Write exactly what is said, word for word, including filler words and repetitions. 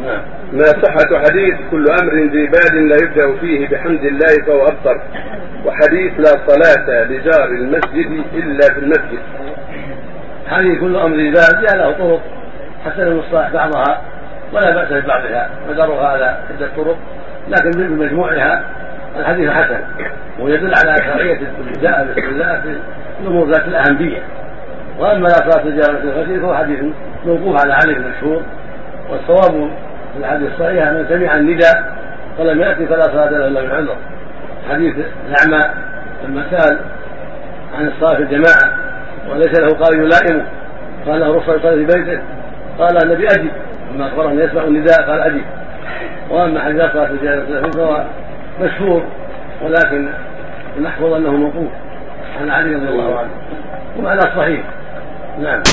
نعم. ما صحة حديث كل أمر ذي بال لا يبدأ فيه بحمد الله فهو أبطر، وحديث لا صلاة لجار المسجد إلا في المسجد؟ حديث كل أمر ذي بال جاء له طرق حسن المصطلح بعضها ولا بأس ببعضها، مدارها على عدة طرق، لكن بمجموعها الحديث حسن ويدل على شرعية الابتداء بالاستهزاء في الأمور ذات الأهمية. وأما لا صلاة لجار المسجد فهو حديث موقوف على علي المشهور، والصواب في الحديث الصحيح من سمع النداء فلم يأتي فلا صلاة له إلا من عذر. حديث الأعمى لما سأل عن الصلاة في الجماعة وليس له قارئ يلائمه قال له رخصة يصلي في بيته، قال النبي أجب، لما أخبره أن يسمع النداء قال أجب. وأما حديث صلاة الجماعة فهو مشهور، ولكن المحفوظ أنه موقوف عن علي رضي الله عنه ومعناه صحيح. نعم.